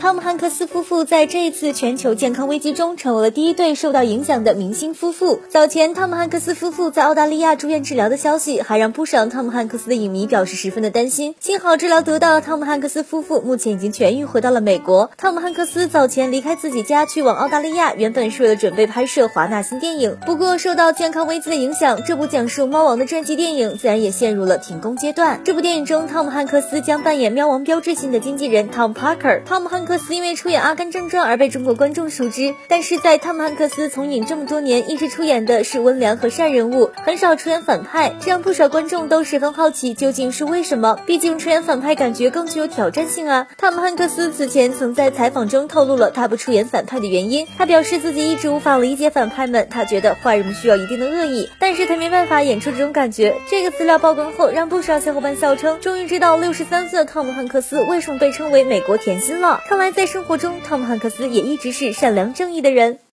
汤姆汉克斯夫妇在这一次全球健康危机中成为了第一对受到影响的明星夫妇。早前汤姆汉克斯夫妇在澳大利亚住院治疗的消息还让不少汤姆汉克斯的影迷表示十分的担心，幸好治疗得当，汤姆汉克斯夫妇目前已经痊愈回到了美国。汤姆汉克斯早前离开自己家去往澳大利亚，原本是为了准备拍摄华纳新电影，不过受到健康危机的影响，这部讲述猫王的传记电影自然也陷入了停工阶段。这部电影中，汤姆汉克斯将扮演喵王标志性的经纪人 Tom Parker。汤姆汉克斯因为出演《阿甘正传》而被中国观众熟知，但是在汤姆汉克斯从影这么多年，一直出演的是温良和善人物，很少出演反派，这让不少观众都十分好奇究竟是为什么，毕竟出演反派感觉更具有挑战性啊。汤姆汉克斯此前曾在采访中透露了他不出演反派的原因，他表示自己一直无法理解反派们，他觉得坏人们需要一定的恶意，但是他没办法演出这种感觉。这个资料曝光后，让不少小伙伴笑称终于知道63岁的汤姆汉克斯为什么被称为美国甜心了，看来在生活中汤姆汉克斯也一直是善良正义的人。